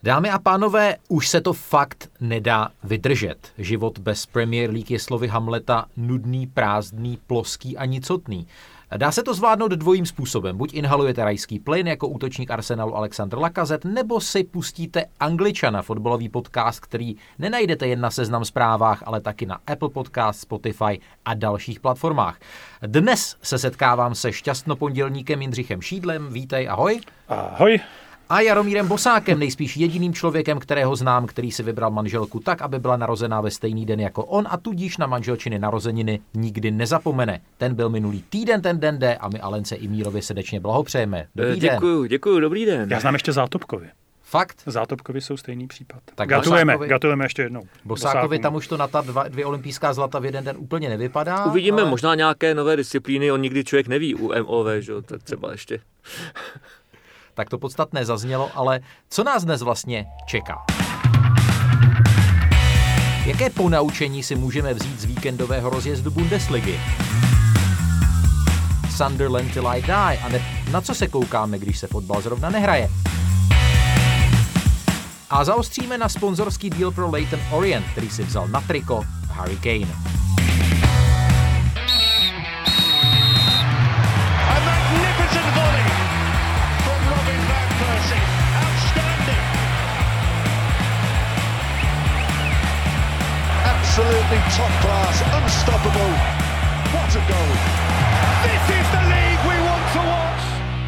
Dámy a pánové, už se to fakt nedá vydržet. Život bez Premier League je slovy Hamleta nudný, prázdný, ploský a nicotný. Dá se to zvládnout dvojím způsobem. Buď inhalujete rajský plyn jako útočník Arsenalu Alexander Lacazette, nebo si pustíte Angličana, fotbalový podcast, který nenajdete jen na Seznam Zprávách, ale taky na Apple Podcast, Spotify a dalších platformách. Dnes se setkávám se šťastnopondělníkem Jindřichem Šídlem. Vítej, ahoj. Ahoj. A Jaromírem Bosákem, nejspíš jediným člověkem, kterého znám, který si vybral manželku tak, aby byla narozená ve stejný den jako on a tudíž na manželčiny narozeniny nikdy nezapomene. Ten byl minulý týden, ten den jde a my Alence i Mírovi srdečně blahopřejeme. Dobrý den. Děkuju, dobrý den. Já znám ještě Zátopkovi. Fakt? Zátopkovi jsou stejný případ. Tak gratulujeme ještě jednou. Bosákovi tam už to na ta dvě olympijská zlata v jeden den úplně nevypadá. Uvidíme ale... možná nějaké nové disciplíny, on nikdy člověk neví u MOV, že jo, tak třeba ještě. Tak to podstatné zaznělo, ale co nás dnes vlastně čeká? Jaké ponaučení si můžeme vzít z víkendového rozjezdu Bundesligy? Sunderland till I die, a na co se koukáme, když se fotbal zrovna nehraje? A zaostříme na sponzorský deal pro Leyton Orient, který si vzal na triko Harry Kane. Absolutely top class, unstoppable. What a goal. This is the league we want to watch.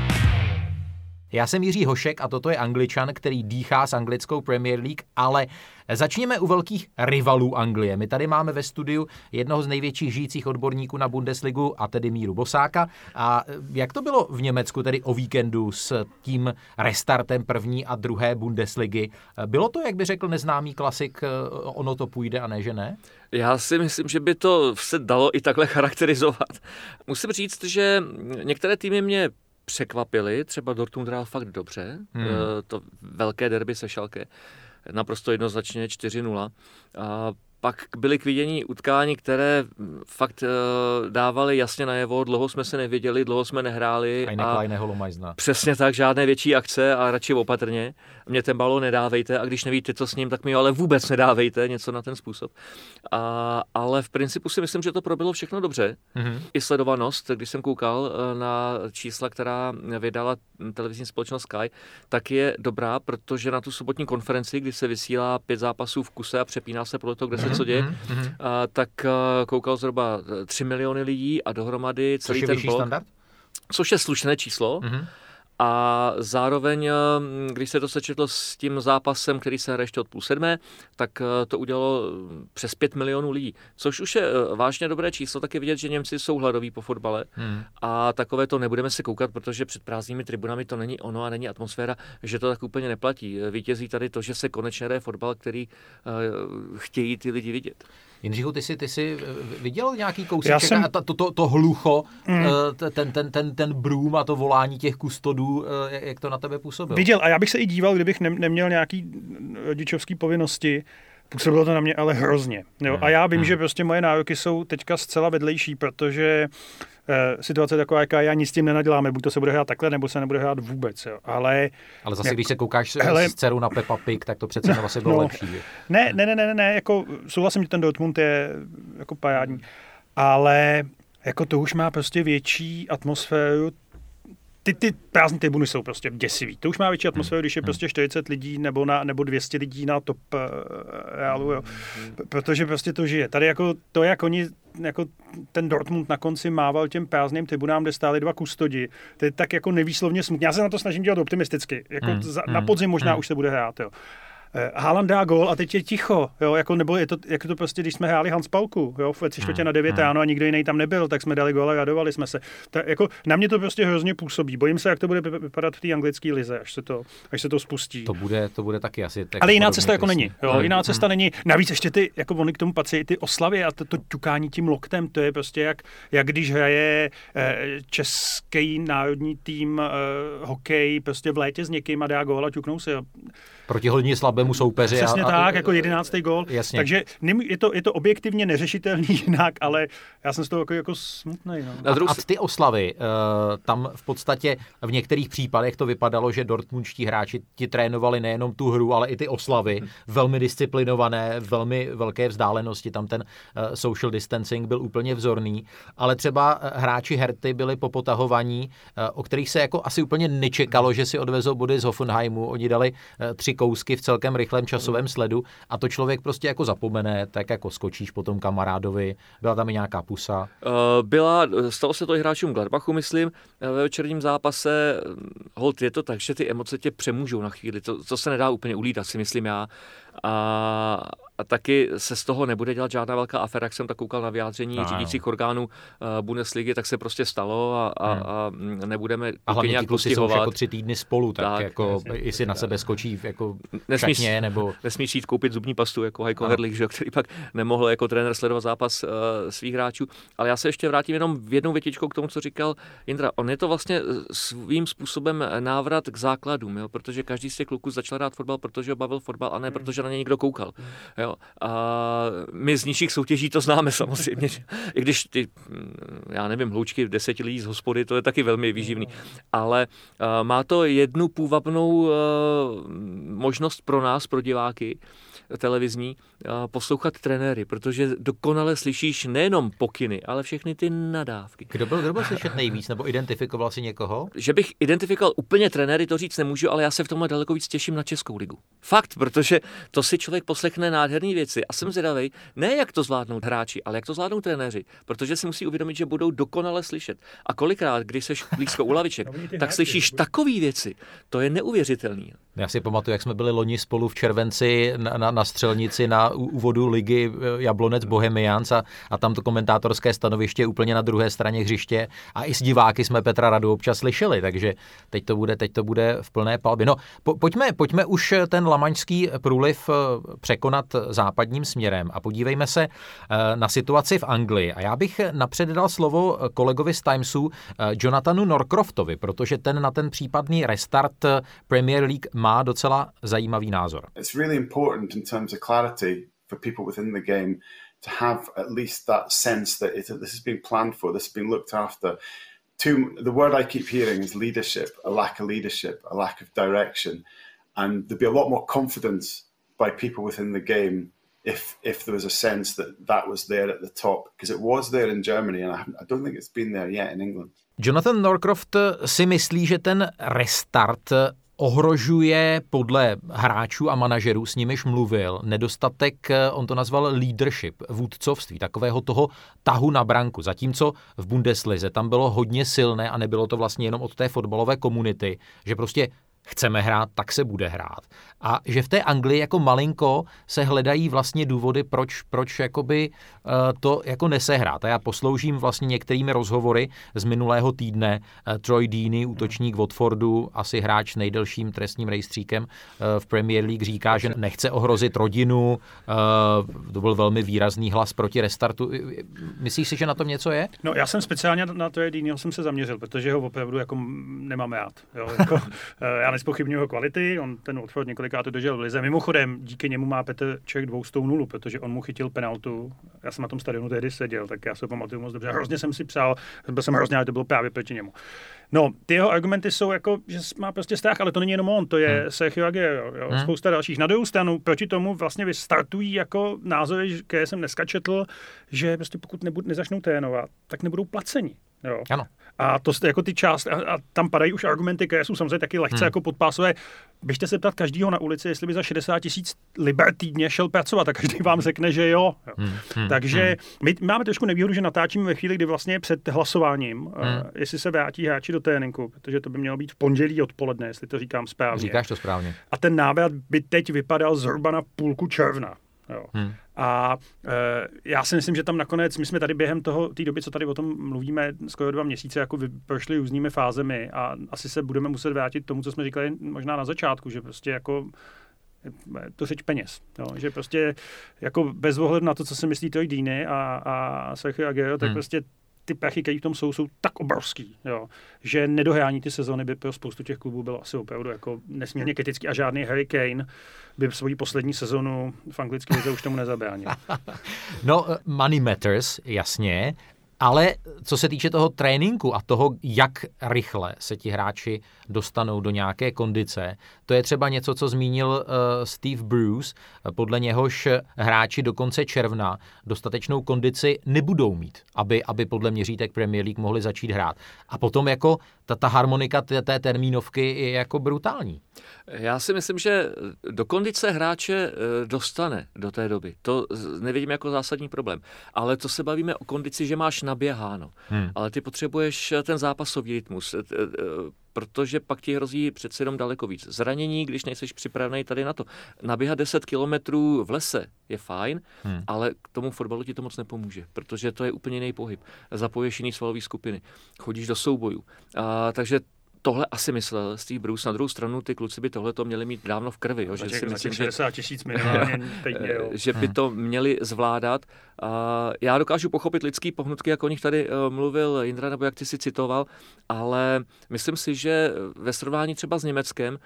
Já jsem Jiří Hošek a toto je Angličan, který dýchá s anglickou Premier League, ale začněme u velkých rivalů Anglie. My tady máme ve studiu jednoho z největších žijících odborníků na Bundesligu, a tedy Míru Bosáka. A jak to bylo v Německu, tedy o víkendu s tím restartem první a druhé Bundesligy? Bylo to, jak by řekl neznámý klasik, ono to půjde a ne, že ne? Já si myslím, že by to se dalo i takhle charakterizovat. Musím říct, že některé týmy mě překvapili, třeba Dortmund hrál fakt dobře, to velké derby se Schalke, naprosto jednoznačně 4-0. A pak byly k vidění utkání, které fakt dávaly jasně najevo, dlouho jsme se neviděli, dlouho jsme nehráli. Přesně tak, žádné větší akce a radši opatrně. Mě ten balón nedávejte a když nevíte, co s ním, tak mi ho ale vůbec nedávejte, něco na ten způsob. Ale v principu si myslím, že to proběhlo všechno dobře. Mm-hmm. I sledovanost, když jsem koukal na čísla, která vydala televizní společnost Sky, tak je dobrá, protože na tu sobotní konferenci, kdy se vysílá 5 zápasů v kuse a přepíná se podle toho, kde se co děje, tak koukal zhruba 3 miliony lidí a dohromady celý ten blok. Standard? Což je slušné číslo. Mm-hmm. A zároveň, když se to sečetlo s tím zápasem, který se hraje ještě od 6:30, tak to udělalo přes 5 milionů lidí. Což už je vážně dobré číslo, tak je vidět, že Němci jsou hladoví po fotbale. A takové to nebudeme se koukat, protože před prázdnými tribunami to není ono a není atmosféra, že to tak úplně neplatí. Vítězí tady to, že se konečně hraje fotbal, který chtějí ty lidi vidět. Jindřichu, ty jsi viděl nějaký kousek a to hlucho, ten brům a to volání těch kustodů, jak to na tebe působilo? Viděl a já bych se i díval, kdybych neměl nějaký rodičovský povinnosti. Působilo to na mě ale hrozně. Jo? A já vím, že prostě moje nároky jsou teďka zcela vedlejší, protože situace je taková, jaká já nic s tím nenaděláme. Buď to se bude hrát takhle, nebo se nebude hrát vůbec. Jo? Ale zase, když se koukáš s dcerou na Peppa Pig, tak to přece vlastně bylo lepší. Ne, jako souhlasím, že ten Dortmund je jako parádní. Ale jako to už má prostě větší atmosféru. Ty prázdné tribuny jsou prostě děsivý. To už má větší atmosféru, když je prostě 40 lidí nebo 200 lidí na top reálu, jo. Protože prostě to žije. Tady jako to, jak oni, jako ten Dortmund na konci mával těm prázdným tribunám, kde stály 2 kustodi, to je tak jako nevýslovně smutné. Já se na to snažím dělat optimisticky. Jako na podzim možná už se bude hrát, jo. Haaland dá gól a teď je ticho, jo, jako, nebo je to, jako to prostě, když jsme hráli Hanspalku, jo, v 8:45 ráno a nikdo jiný tam nebyl, tak jsme dali gól a radovali jsme se. Jako, na mě to prostě hrozně působí. Bojím se, jak to bude vypadat v té anglické lize, až se to spustí. To bude taky asi. Ale jiná cesta jako není. Jo, jiná cesta není. Navíc ještě jako oni k tomu patří ty oslavy a to ťukání tím loktem, to je prostě jak když hraje český národní tým hokej prostě v létě s někým a dá gól a ťuknou si. proti hodně slabému soupeři. Přesně tak, jako 11. gól. Jasně. Takže je to objektivně neřešitelný jinak, ale já jsem z toho jako smutnej. No. A ty oslavy, tam v podstatě v některých případech to vypadalo, že dortmundští hráči ti trénovali nejenom tu hru, ale i ty oslavy, velmi disciplinované, velmi velké vzdálenosti, tam ten social distancing byl úplně vzorný, ale třeba hráči Herty byli po potahovaní, o kterých se jako asi úplně nečekalo, že si odvezou body z Hoffenheimu, oni dali 3 kousky v celkem rychlém časovém sledu a to člověk prostě jako zapomene, tak jako skočíš po tom kamarádovi, byla tam i nějaká pusa. Stalo se to i hráčům Gladbachu, myslím, ve večerním zápase. Holt, je to tak, že ty emoce tě přemůžou na chvíli, to se nedá úplně ulídat, si myslím já. A taky se z toho nebude dělat žádná velká aféra, jak jsem tak koukal na vyjádření řídících orgánů Bundesligy, tak se prostě stalo a nebudeme a hlavně nějak ti kluci jsou jako 3 týdny spolu, tak jako jestli na tak. sebe skočí jako šatně, nebo... Nesmíš jít koupit zubní pastu jako Heiko Herrlich, který pak nemohl jako trenér sledovat zápas svých hráčů. Ale já se ještě vrátím jenom v jednou větičkou k tomu, co říkal Jindra. On je to vlastně svým způsobem návrat k základům, jo? Protože každý z těch kluků začal hrát fotbal, protože ho bavil fotbal a ne protože na něj někdo koukal. Jo? A my z nižších soutěží to známe samozřejmě. I když ty, já nevím, hloučky 10 lidí z hospody, to je taky velmi výživný. Ale má to jednu půvabnou možnost pro nás, pro diváky televizní, poslouchat trenéry, protože dokonale slyšíš nejenom pokyny, ale všechny ty nadávky. Kdo byl slyšet nejvíc, nebo identifikoval si někoho? Že bych identifikoval úplně trenéry, to říct nemůžu, ale já se v tomhle daleko víc těším na Českou ligu. Fakt, protože to si člověk poslechne nádherné věci a jsem zvědavej, ne jak to zvládnou hráči, ale jak to zvládnou trenéři, protože si musí uvědomit, že budou dokonale slyšet. A kolikrát, když seš blízko u laviček, tak slyšíš takové věci. To je neuvěřitelný. Já si pamatuju, jak jsme byli loni spolu v červenci na střelnici na úvodu ligy Jablonec Bohemians a tam to komentátorské stanoviště úplně na druhé straně hřiště a i s diváky jsme Petra Radu občas slyšeli, takže teď to bude v plné palbě. No, pojďme už ten lamaňský průliv překonat západním směrem a podívejme se na situaci v Anglii. A já bych napřed dal slovo kolegovi z Timesu Jonathanu Norcroftovi, protože ten na ten případný restart Premier League má docela zajímavý názor. It's really important in terms of clarity for people within the game to have at least that sense that this has been planned for, this has been looked after. The word I keep hearing is leadership, a lack of leadership, a lack of direction, and there'd be a lot more confidence by people within the game if there was a sense that was there at the top, because it was there in Germany and I don't think it's been there yet in England. Jonathan Norcroft si myslí, že ten restart ohrožuje podle hráčů a manažerů, s nimiž mluvil, nedostatek, on to nazval leadership, vůdcovství, takového toho tahu na branku. Zatímco v Bundeslize tam bylo hodně silné a nebylo to vlastně jenom od té fotbalové komunity, že prostě chceme hrát, tak se bude hrát. A že v té Anglii jako malinko se hledají vlastně důvody, proč jakoby to jako nesehrát. A já posloužím vlastně některými rozhovory z minulého týdne. Troy Deeney, útočník Watfordu, asi hráč s nejdelším trestním rejstříkem v Premier League, říká, že nechce ohrozit rodinu. To byl velmi výrazný hlas proti restartu. Myslíš si, že na tom něco je? No, já jsem speciálně na Troy Deeneyho jsem se zaměřil, protože ho opravdu jako nemám rád. Jo, jako, já nezpochybňuji jeho kvality, on ten Watford několikrát to držel v lize. Mimochodem, díky němu má Petr Čech 200-0, protože on mu chytil penaltu. Já jsem na tom stadionu tehdy seděl, tak já se pamatuju moc dobře. Hrozně jsem si přál, byl jsem hrozně, ale to bylo právě proti němu. No, ty jeho argumenty jsou jako, že má prostě strach, ale to není jenom on, to je Sergio Aguero, spousta dalších. Na druhou stranu, proti tomu vlastně vystartují jako názory, které jsem dneska četl, že prostě pokud nezačnou trénovat, tak nebudou placeni. Jo. Ano. A to jako ty část, a tam padají už argumenty, které jsou samozřejmě taky lehce jako podpásové. Běžte se ptát každýho na ulici, jestli by za 60 000 liber týdně šel pracovat a každý vám řekne, že jo. Takže my máme trošku nevýhodu, že natáčíme ve chvíli, kdy vlastně před hlasováním, jestli se vrátí hráči do tréninku, protože to by mělo být v pondělí odpoledne, jestli to říkám správně. Říkáš to správně. A ten návrat by teď vypadal zhruba na půlku června. Jo. A já si myslím, že tam nakonec, my jsme tady během té doby, co tady o tom mluvíme, skoro 2 měsíce, jako prošli různými fázemi a asi se budeme muset vrátit k tomu, co jsme říkali možná na začátku, že prostě jako to řeč peněz. Jo. Že prostě jako bez ohledu na to, co se myslí Troy Deeney a Sergio Aguero, tak prostě ty prachy, které v tom jsou tak obrovský, jo, že nedohrání ty sezony by pro spoustu těch klubů bylo asi opravdu jako nesmírně kritický a žádný Harry Kane by svoji poslední sezonu v anglické lize už tomu nezabránil. No, money matters, jasně, ale co se týče toho tréninku a toho, jak rychle se ti hráči dostanou do nějaké kondice, to je třeba něco, co zmínil Steve Bruce, podle něhož hráči do konce června dostatečnou kondici nebudou mít, aby podle měřítek Premier League mohli začít hrát. A potom jako ta harmonika té termínovky je jako brutální. Já si myslím, že do kondice hráče dostane do té doby. To nevidím jako zásadní problém. Ale to se bavíme o kondici, že máš naběháno. Ale ty potřebuješ ten zápasový rytmus, protože pak ti hrozí přece jenom daleko víc zranění, když nejseš připravený tady na to. Naběhat 10 kilometrů v lese je fajn, ale k tomu fotbalu ti to moc nepomůže, protože to je úplně jiný pohyb. Zapoješ jiný svalové skupiny, chodíš do soubojů. Takže tohle asi myslel Steve Bruce. Na druhou stranu ty kluci by tohle to měli mít dávno v krvi. Jo? Že si myslím, 60 000 minimálně týdně, že by to měli zvládat. Já dokážu pochopit lidský pohnutky, jak o nich tady mluvil Jindra, nebo jak ty si citoval, ale myslím si, že ve srovnání třeba s Německem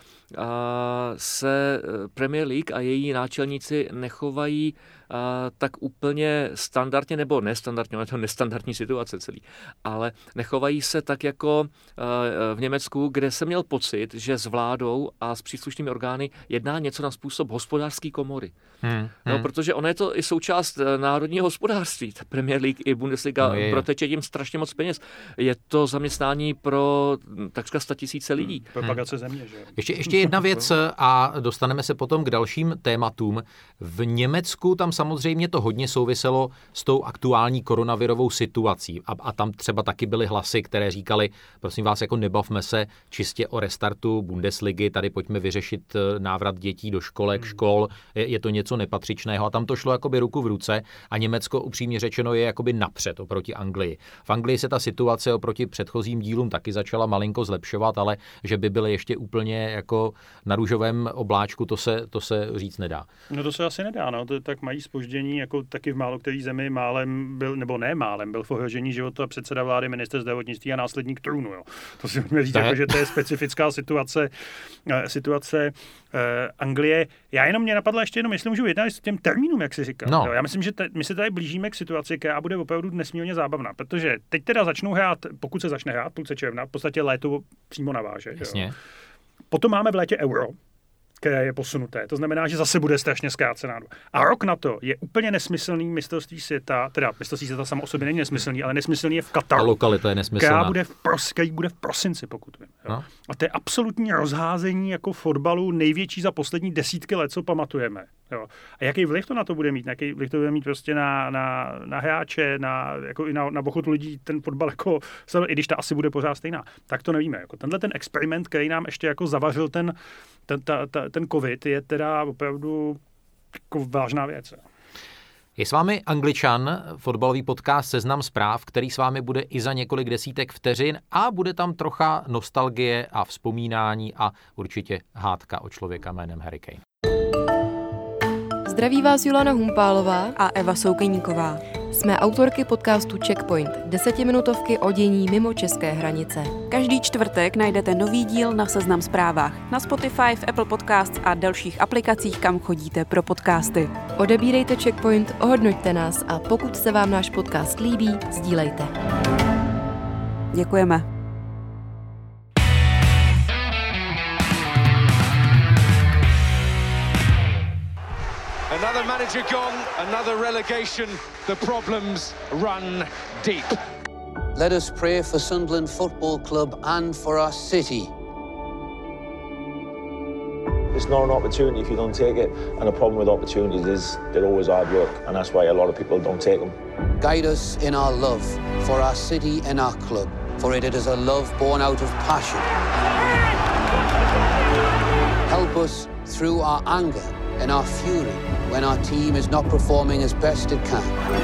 se Premier League a její náčelníci nechovají tak úplně standardně, nebo nestandardně, ale to je nestandardní situace celý, ale nechovají se tak jako v Německu, kde jsem měl pocit, že s vládou a s příslušnými orgány jedná něco na způsob hospodářské komory. No, protože ono je to i součást národního hospodářství. Ta Premier League i Bundesliga proteče tím strašně moc peněz. Je to zaměstnání pro takřka 100 000 lidí. Propagace země, že? Ještě jedna věc a dostaneme se potom k dalším tématům. V Německu tam samozřejmě to hodně souviselo s tou aktuální koronavirovou situací. A tam třeba taky byly hlasy, které říkali, prosím vás, jako nebavme se čistě o restartu Bundesligy, tady pojďme vyřešit návrat dětí do školek, škol, je to něco nepatřičného. A tam to šlo jakoby ruku v ruce a Německo upřímně řečeno je jakoby napřed oproti Anglii. V Anglii se ta situace oproti předchozím dílům taky začala malinko zlepšovat, ale že by byly ještě úplně jako na růžovém obláčku, to se říct nedá. No to se asi nedá, no. To tak mají zpoždění, jako taky v málo který zemi málem byl, nebo ne málem, byl v ohrožení života předseda vlády, ministr zdravotnictví a následník trůnu, jo. To si můžeme říct, jako, že to je specifická situace Anglie. Já jenom mě napadla ještě jenom, jestli můžu jednat s těm termínům, jak si říkal. No. Já myslím, že my se tady blížíme k situaci, která bude opravdu nesmírně zábavná, protože teď teda začnou hrát, pokud se začne hrát půlce června, v podstatě léto přímo naváže. Jasně. Jo. Potom máme v létě Euro, které je posunuté. To znamená, že zase bude strašně zkrácená doba. A rok na to je úplně nesmyslný mistrovství světa, teda mistrovství světa samo o sobě není nesmyslný, ale nesmyslný je v Kataru. Ta lokalita je nesmyslná. Který bude v prosinci, pokud vím. No. A to je absolutní rozházení jako fotbalu největší za poslední desítky let, co pamatujeme. Jo. A jaký vliv to na to bude mít? Jaký vliv to bude mít prostě na hráče, jako i na ochotu lidí ten fotbal, jako, i když ta asi bude pořád stejná. Tak to nevíme. Jako tenhle ten experiment, který nám ještě jako zavařil ten covid, je teda opravdu jako vážná věc. Je s vámi Angličan, fotbalový podcast Seznam zpráv, který s vámi bude i za několik desítek vteřin a bude tam trocha nostalgie a vzpomínání a určitě hádka o člověka jménem Harry Kane. Zdraví vás Julana Humpálová a Eva Soukeníková. Jsme autorky podcastu Checkpoint, 10minutovky o dění mimo české hranice. Každý čtvrtek najdete nový díl na Seznam zprávách, na Spotify, v Apple Podcasts a dalších aplikacích, kam chodíte pro podcasty. Odebírejte Checkpoint, ohodnoťte nás a pokud se vám náš podcast líbí, sdílejte. Děkujeme. Another manager gone, another relegation. The problems run deep. Let us pray for Sunderland Football Club and for our city. It's not an opportunity if you don't take it, and the problem with opportunities is they're always hard work, and that's why a lot of people don't take them. Guide us in our love for our city and our club, for it is a love born out of passion. Help us through our anger and our fury when our team is not performing as best it can.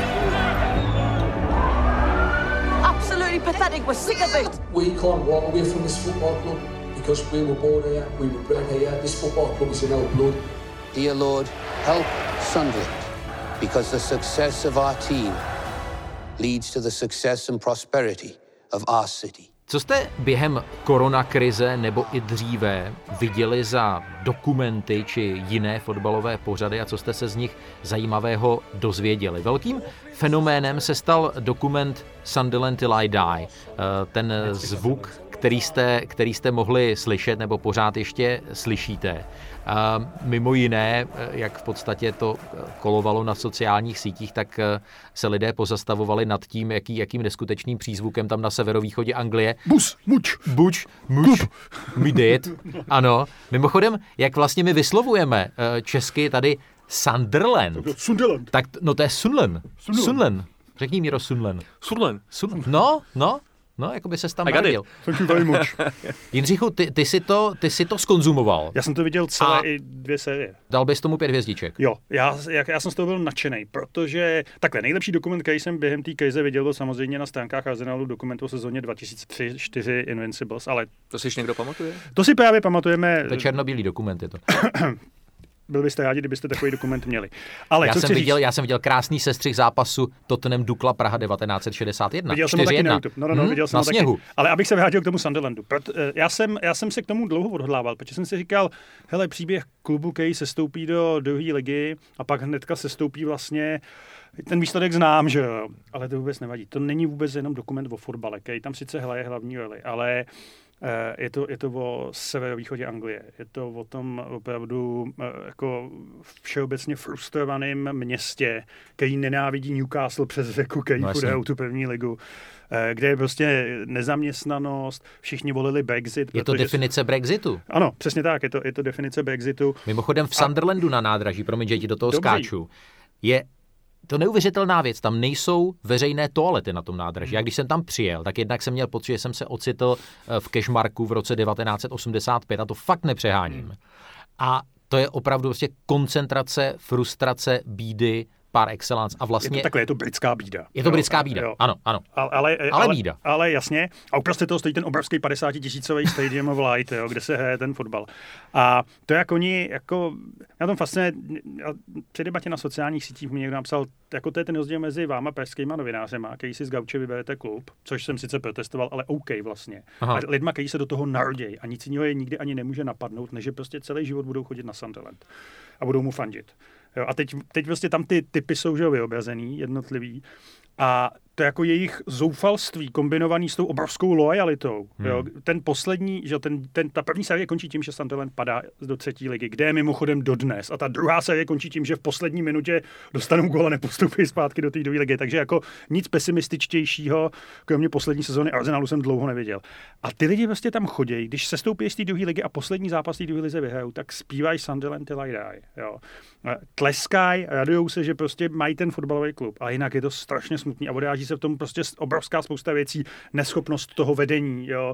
Absolutely pathetic. We're sick of it. We can't walk away from this football club because we were born here, we were bred here. This football club is in our blood. Dear Lord, help Sunderland, because the success of our team leads to the success and prosperity of our city. Co jste během koronakrize nebo i dříve viděli za dokumenty či jiné fotbalové pořady a co jste se z nich zajímavého dozvěděli? Velkým fenoménem se stal dokument Sunderland Till I Die. Ten zvuk, který jste mohli slyšet nebo pořád ještě slyšíte. Mimo jiné, jak v podstatě to kolovalo na sociálních sítích, tak se lidé pozastavovali nad tím, jakým neskutečným přízvukem tam na severovýchodě Anglie. Buč, mi did. Ano. Mimochodem, jak vlastně my vyslovujeme česky tady Sunderland. Tak, no to je Sunlen. Řekni, Míro, Sunlen. No, jako by ses tam narodil. Jindřichu, ty jsi to zkonzumoval. Já jsem to viděl celé i 2 série. Dal bys tomu 5 hvězdiček? Jo, já jsem z toho byl nadšenej, protože takhle nejlepší dokument, který jsem během té krize viděl, byl samozřejmě na stránkách Arsenalu dokument o sezóně 2003-4 Invincibles, ale... To si někdo pamatuje? To si právě pamatujeme. To je černobílý dokument, je to. Byl byste rádi, kdybyste takový dokument měli. Ale já jsem viděl krásný sestřih zápasu Tottenham Dukla Praha 1961. Viděl jsem ho taky na YouTube. Viděl jsem ho taky. Ale abych se vrátil k tomu Sunderlandu. Já jsem se k tomu dlouho odhodlával, protože jsem si říkal, hele, příběh klubu, který sestoupí do 2. ligy a pak hnedka sestoupí vlastně, ten výsledek znám, že jo, ale to vůbec nevadí. To není vůbec jenom dokument o fotbale, který tam sice hraje hlavní roli, ale je to o severovýchodě Anglie. Je to o tom opravdu jako všeobecně frustrovaném městě, který nenávidí Newcastle přes řeku, který půjde tu 1. ligu, kde je prostě nezaměstnanost, všichni volili Brexit. Je to definice Brexitu? Ano, přesně tak, je to definice Brexitu. Mimochodem v Sunderlandu na nádraží, promiň, že ti do toho skáču, je to neuvěřitelná věc, tam nejsou veřejné toalety na tom nádraží. Já když jsem tam přijel, tak jednak jsem měl pocit, že jsem se ocitl v Kežmarku v roce 1985 a to fakt nepřeháním. A to je opravdu prostě koncentrace, frustrace, bídy par excellence a vlastně... Je to britská bída. Je to britská bída, jo. Ano. Ale bída. Ale jasně. A uprostřed toho stojí ten obrovský 50 000 Stadium of Light, jo, kde se hraje ten fotbal. A to jak oni, jako... Já tom fascinuje, při debatě na sociálních sítích mi někdo napsal, jako to je ten rozdíl mezi váma pražskýma novinářema, který si z gauče vyberete klub, což jsem sice protestoval, ale OK vlastně. Aha. A lidma, kteří se do toho narodějí a nic jiného je nikdy ani nemůže napadnout, než že prostě celý život budou chodit na Sunderland a budou mu fandit. Jo, a teď vlastně tam ty typy jsou že vyobrazený, jednotlivý. A to jako jejich zoufalství kombinovaný s tou obrovskou loajalitou. Jo. Ten poslední, že ta první série končí tím, že Sunderland padá do 3. ligy, kde je mimochodem dodnes. A ta druhá série končí tím, že v poslední minutě dostanou gól a nepostoupí zpátky do té 2. ligy. Takže jako nic pesimističtějšího, kromě poslední sezóny Arsenalu jsem dlouho neviděl. A ty lidi prostě tam chodí, když se stoupí z té 2. ligy a poslední zápas té 2. lize vyhrajou, tak zpívají Sunderland Till I Die. Jo. Tleskají, radujou se, že prostě mají ten fotbalový klub, ale jinak je to strašně smutný a odráží se v tom prostě obrovská spousta věcí, neschopnost toho vedení, jo.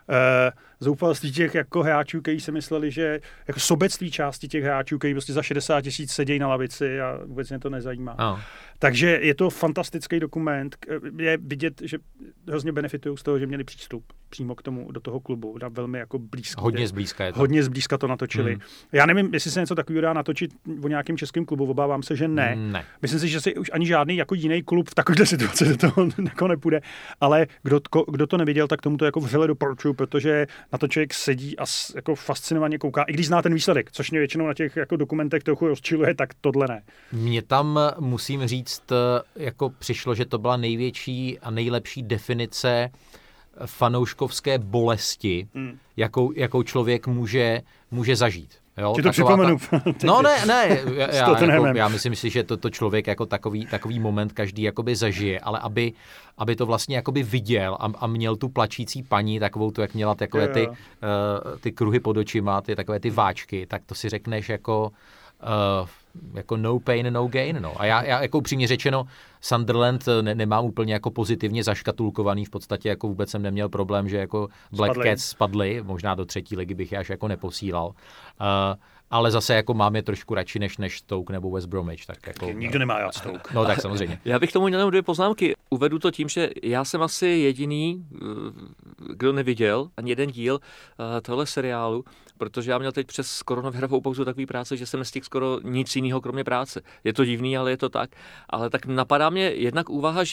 Zoufalství těch jako hráčů, kteří si mysleli, že jako sobectví části těch hráčů, kteří prostě za 60 000 sedějí na lavici a vůbec mě to nezajímá. Oh. Takže je to fantastický dokument. Je vidět, že hrozně benefitují z toho, že měli přístup přímo k tomu, do toho klubu. Velmi jako blízko. Hodně zblízka je to. Hodně zblízka to natočili. Já nevím, jestli se něco takového dá natočit o nějakém českém klubu. Obávám se, že ne. Myslím si, že si už ani žádný jako jiný klub v takové situaci do toho jako nepůjde. Ale kdo to neviděl, tak tomu to jako vřele doporučuji, protože na to člověk sedí a jako fascinovaně kouká. I když zná ten výsledek, což mě většinou na těch jako dokumentech trochu rozčiluje, tak tohle ne. Mně tam musím říct, jako přišlo, že to byla největší a nejlepší definice fanouškovské bolesti, jakou člověk může zažít. Jo, ti to připomenu. No ne, já myslím si, že to člověk jako takový moment každý jakoby zažije, ale aby to vlastně jakoby viděl a měl tu plačící paní, takovou tu, jak měla takové ty kruhy pod očima, takové ty váčky, tak to si řekneš jako no pain, no gain. No. A já jako upřímně řečeno, Sunderland nemám úplně jako pozitivně zaškatulkovaný, v podstatě jako vůbec jsem neměl problém, že jako Black Cats spadly, možná do 3. ligy bych je až jako neposílal. Ale zase jako mám je trošku radši než Stoke nebo West Bromwich. Tak jako, nikdo nemá rád Stoke. No tak samozřejmě. Já bych tomu měl 2 poznámky. Uvedu to tím, že já jsem asi jediný, kdo neviděl ani jeden díl tohle seriálu, protože já měl teď přes koronavirovou pauzu takový práce, že jsem nestihl skoro nic jiného kromě práce. Je to divný, ale je to tak. Ale tak napadá mě jednak úvaha, že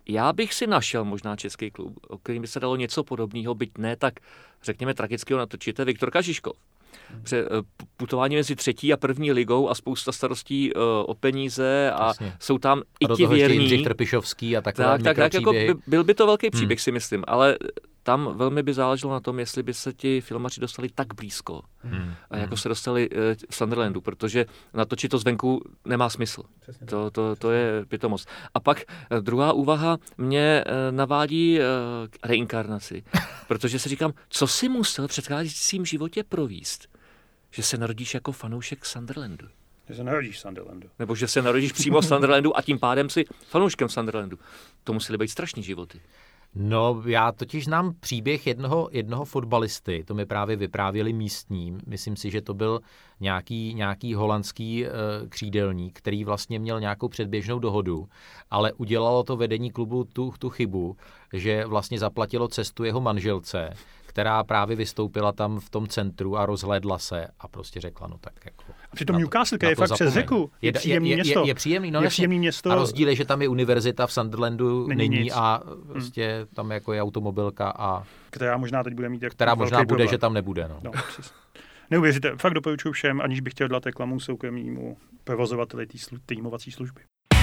Já bych si našel možná český klub, o kterým by se dalo něco podobného, byť ne tak, řekněme, tragického natočit, je Viktor Kažiškov. Putování mezi 3. a 1. ligou a spousta starostí o peníze a jasně. Jsou tam i ti věrní. Jindřich Trpišovský a takové tak jako byl by to velký příběh, si myslím, ale tam velmi by záleželo na tom, jestli by se ti filmaři dostali tak blízko, jako se dostali v Sunderlandu, protože natočit to zvenku nemá smysl. To je pitomost. A pak druhá úvaha mě navádí k reinkarnaci, protože si říkám, co si musel v předcházejícím životě províst, že se narodíš jako fanoušek Sunderlandu. Že se narodíš v Sunderlandu. Nebo že se narodíš přímo v Sunderlandu a tím pádem si fanouškem Sunderlandu. To musely být strašný životy. No, já totiž znám příběh jednoho fotbalisty, to mi právě vyprávěli místní, myslím si, že to byl nějaký holandský křídelník, který vlastně měl nějakou předběžnou dohodu, ale udělalo to vedení klubu tu chybu, že vlastně zaplatilo cestu jeho manželce, která právě vystoupila tam v tom centru a rozhlédla se a prostě řekla, no tak jako... A přitom Newcastle, který je fakt přes řeku, je příjemný město. Je příjemný, no je příjemný město. A rozdíl je, že tam je univerzita v Sunderlandu není a prostě tam jako je automobilka a... Která možná teď bude mít jako která možná bude, problém. Že tam nebude, no. Neuvěříte, fakt doporučuji všem, aniž bych chtěl dát reklamu soukromýmu provozovateli té týmovací služby.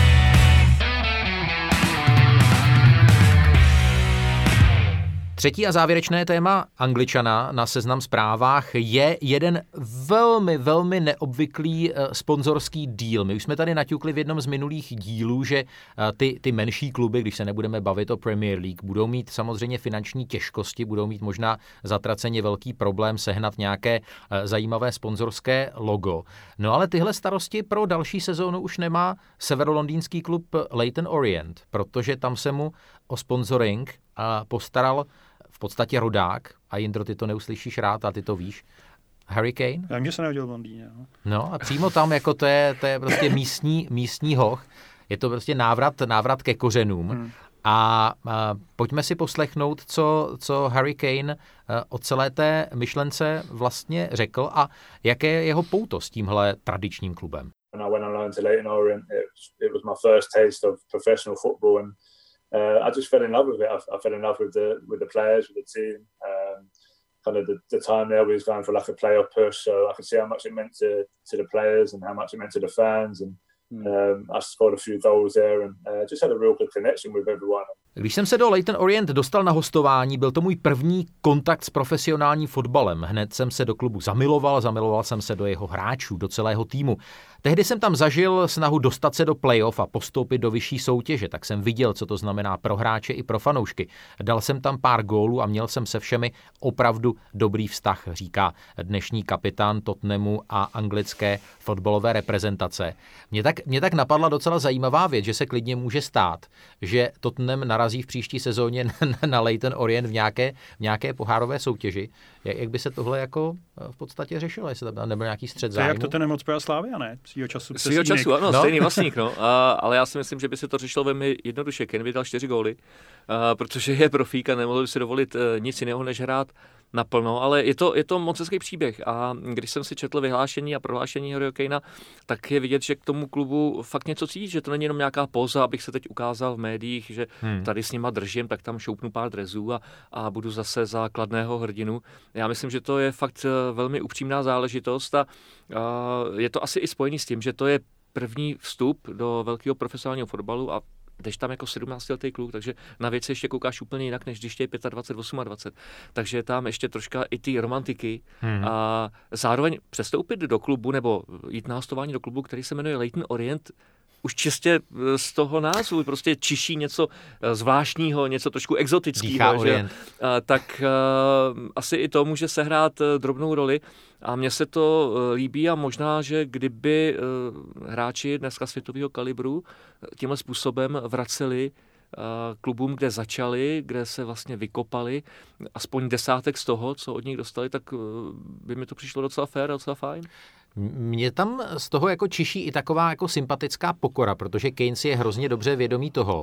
Třetí a závěrečné téma Angličana na Seznam Zprávách je jeden velmi, velmi neobvyklý sponzorský díl. My už jsme tady naťukli v jednom z minulých dílů, že ty menší kluby, když se nebudeme bavit o Premier League, budou mít samozřejmě finanční těžkosti, budou mít možná zatraceně velký problém sehnat nějaké zajímavé sponzorské logo. No ale tyhle starosti pro další sezónu už nemá severolondýnský klub Leyton Orient, protože tam se mu o sponsoring postaral v podstatě rodák, a Jindro, ty to neuslyšíš rád a ty to víš, Harry Kane. Já vím, že se narodil v Londýně. No a přímo tam, jako to je prostě místní hoch, je to prostě návrat ke kořenům. A pojďme si poslechnout, co Harry Kane o celé té myšlence vlastně řekl a jaké je jeho pouto s tímhle tradičním klubem. When I went on loan to Leyton Orient, it was my first taste of professional football, and I just fell in love with it. I fell in love with the players, with the team. Kind of the time there, we was going for like a playoff push, so I could see how much it meant to the players and how much it meant to the fans. And I scored a few goals there, and just had a real good connection with everyone. Když jsem se do Leyton Orient dostal na hostování, byl to můj první kontakt s profesionálním fotbalem. Hned jsem se do klubu zamiloval jsem se do jeho hráčů, do celého týmu. Tehdy jsem tam zažil snahu dostat se do playoff a postoupit do vyšší soutěže, tak jsem viděl, co to znamená pro hráče i pro fanoušky. Dal jsem tam pár gólů a měl jsem se všemi opravdu dobrý vztah, říká dnešní kapitán Tottenhamu a anglické fotbalové reprezentace. Mě tak napadla docela zajímavá věc, že se klidně může stát, že Tottenham narazí v příští sezóně na Leyton Orient v nějaké pohárové soutěži. Jak by se tohle jako v podstatě řešilo, jestli tam nebyl nějaký střet zájmu? Jak to ten moc pro Slavia, ne? Svýho času, ano, stejný vlastník, no. Ale já si myslím, že by se to řešilo velmi jednoduše. Ken vydal 4 góly, protože je profík a nemohl by si dovolit nic jiného, než hrát naplno, ale je to moc hezký příběh a když jsem si četl vyhlášení a prohlášení Harryho Kanea, tak je vidět, že k tomu klubu fakt něco cítí, že to není jenom nějaká póza, abych se teď ukázal v médiích, že tady s nima držím, tak tam šoupnu pár drezů a budu zase za kladného hrdinu. Já myslím, že to je fakt velmi upřímná záležitost a je to asi i spojený s tím, že to je první vstup do velkého profesionálního fotbalu a jdeš tam jako 17letý kluk, takže na věci ještě koukáš úplně jinak, než když tě je 25, 28. Takže tam ještě troška i ty romantiky a zároveň přestoupit do klubu nebo jít na hostování do klubu, který se jmenuje Leyton Orient, už čistě z toho názvu prostě čiší něco zvláštního, něco trošku exotického, že? Tak asi i to může sehrát drobnou roli a mně se to líbí a možná, že kdyby hráči dneska světového kalibru tímhle způsobem vraceli klubům, kde začali, kde se vlastně vykopali, aspoň desátek z toho, co od nich dostali, tak by mi to přišlo docela fér, docela fajn. Mně tam z toho jako čiší i taková jako sympatická pokora, protože Kane si je hrozně dobře vědomý toho.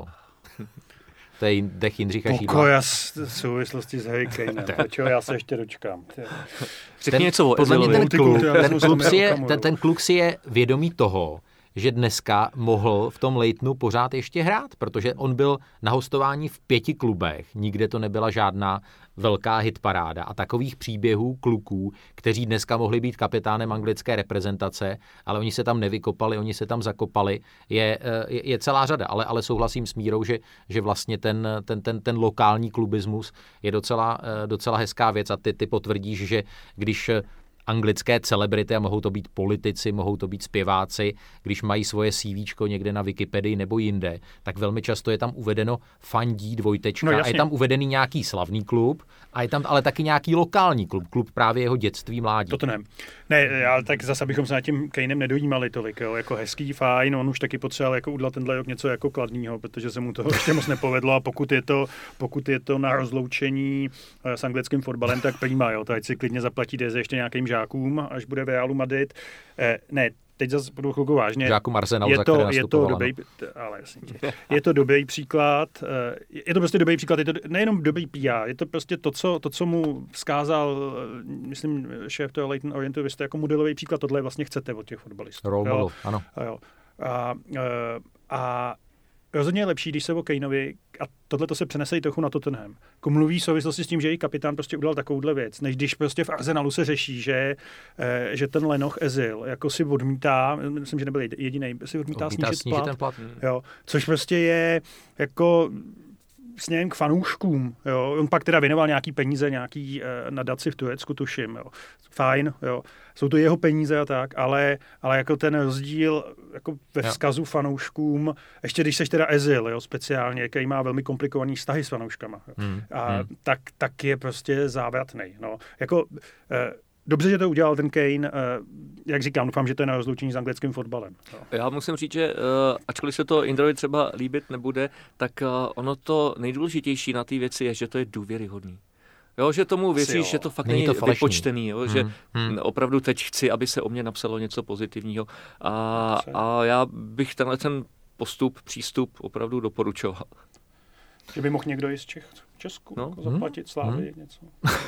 To je dech Jindřicha Šídla. Pokora v souvislosti s Harry Kanem. Čeho já se ještě dočkám. Řekni něco o podle mě ten kluk si je vědomý toho, že dneska mohl v tom Leightonu pořád ještě hrát, protože on byl na hostování v 5 klubech, nikde to nebyla žádná velká hitparáda a takových příběhů kluků, kteří dneska mohli být kapitánem anglické reprezentace, ale oni se tam nevykopali, oni se tam zakopali, je celá řada, ale souhlasím s Mírou, že vlastně ten lokální klubismus je docela hezká věc a ty potvrdíš, že když anglické celebrity, a mohou to být politici, mohou to být zpěváci, když mají svoje CVčko někde na Wikipedii nebo jinde, tak velmi často je tam uvedeno fandí dvojtečka a je tam uvedený nějaký slavný klub a je tam ale taky nějaký lokální klub právě jeho dětství, mládí. Tottenham. Ne, ale tak zase bychom se nad tím Kanem nedojímali tolik, jo, jako hezký, fajn, on už taky potřeboval jako udělat tenhle rok něco jako kladného, protože se mu to ještě moc nepovedlo a pokud je to na rozloučení s anglickým fotbalem, tak prima, jo, to ať si klidně zaplatí deze ještě nějakým žákům, až bude v Realu Madrid. Ne, teď zase budu chvilku vážně. Žákům Arsenalu, je to dobrý příklad. Je to prostě dobrý příklad. Je to nejenom dobrý PR, je to prostě to, co mu vzkázal, myslím, šéf toho Leyton Orientu, vy jste jako modelový příklad, tohle vlastně chcete od těch fotbalistů. Role model, ano. A rozhodně je lepší, když se o Kaneovi, a tohle to se přenese i trochu na Tottenham, jako mluví v souvislosti s tím, že její kapitán prostě udělal takovouhle věc, než když prostě v Arsenalu se řeší, že ten Lenoch Ezil jako si odmítá, myslím, že nebyl jediný, si odmítá snížit plat. Jo, což prostě je jako směrem k fanouškům. Jo. On pak teda věnoval nějaký peníze, nějaký nadaci v Turecku, tuším. Jo. Fajn, jo. Jsou to jeho peníze a tak, ale jako ten rozdíl jako ve vzkazu fanouškům, ještě když seš teda Ezil, jo, speciálně, který má velmi komplikovaný vztahy s fanouškama, jo. Tak je prostě závratný. No. Jako, dobře, že to udělal ten Kane, jak říkám, doufám, že to je na rozloučení s anglickým fotbalem. No. Já musím říct, že ačkoliv se to Indrovi třeba líbit nebude, tak ono to nejdůležitější na té věci je, že to je důvěryhodný. Jo, že tomu věříš, že to fakt není vypočtený, jo, že opravdu teď chci, aby se o mě napsalo něco pozitivního. A já bych tenhle ten přístup opravdu doporučoval. Že by mohl někdo i z Česku jako zaplatit Slávy něco.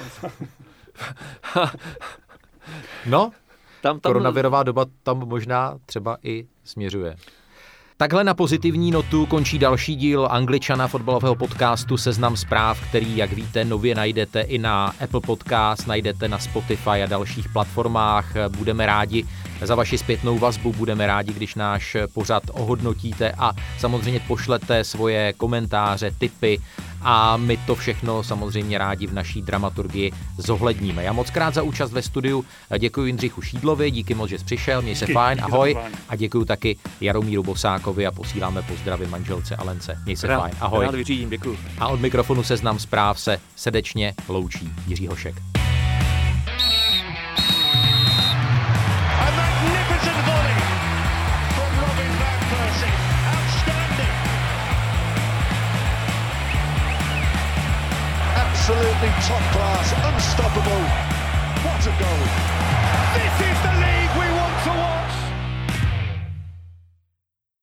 No, koronavirová doba tam možná třeba i směřuje. Takhle na pozitivní notu končí další díl Angličana fotbalového podcastu Seznam zpráv, který, jak víte, nově najdete i na Apple Podcast, najdete na Spotify a dalších platformách. Budeme rádi za vaši zpětnou vazbu, budeme rádi, když náš pořad ohodnotíte a samozřejmě pošlete svoje komentáře, tipy a my to všechno samozřejmě rádi v naší dramaturgii zohledníme. Já moc krát za účast ve studiu děkuji Jindřichu Šídlovi, díky moc, že jsi přišel, měj se fajn, ahoj, a děkuji taky Jaromíru Bosákovi a posíláme pozdravy manželce Alence. Měj se fajn, ahoj. Rád vyřídím, děkuji. A od mikrofonu Seznam zpráv se srdečně loučí Jiří Hošek. Absolutely top class, unstoppable. What a goal. This is the league we want to watch.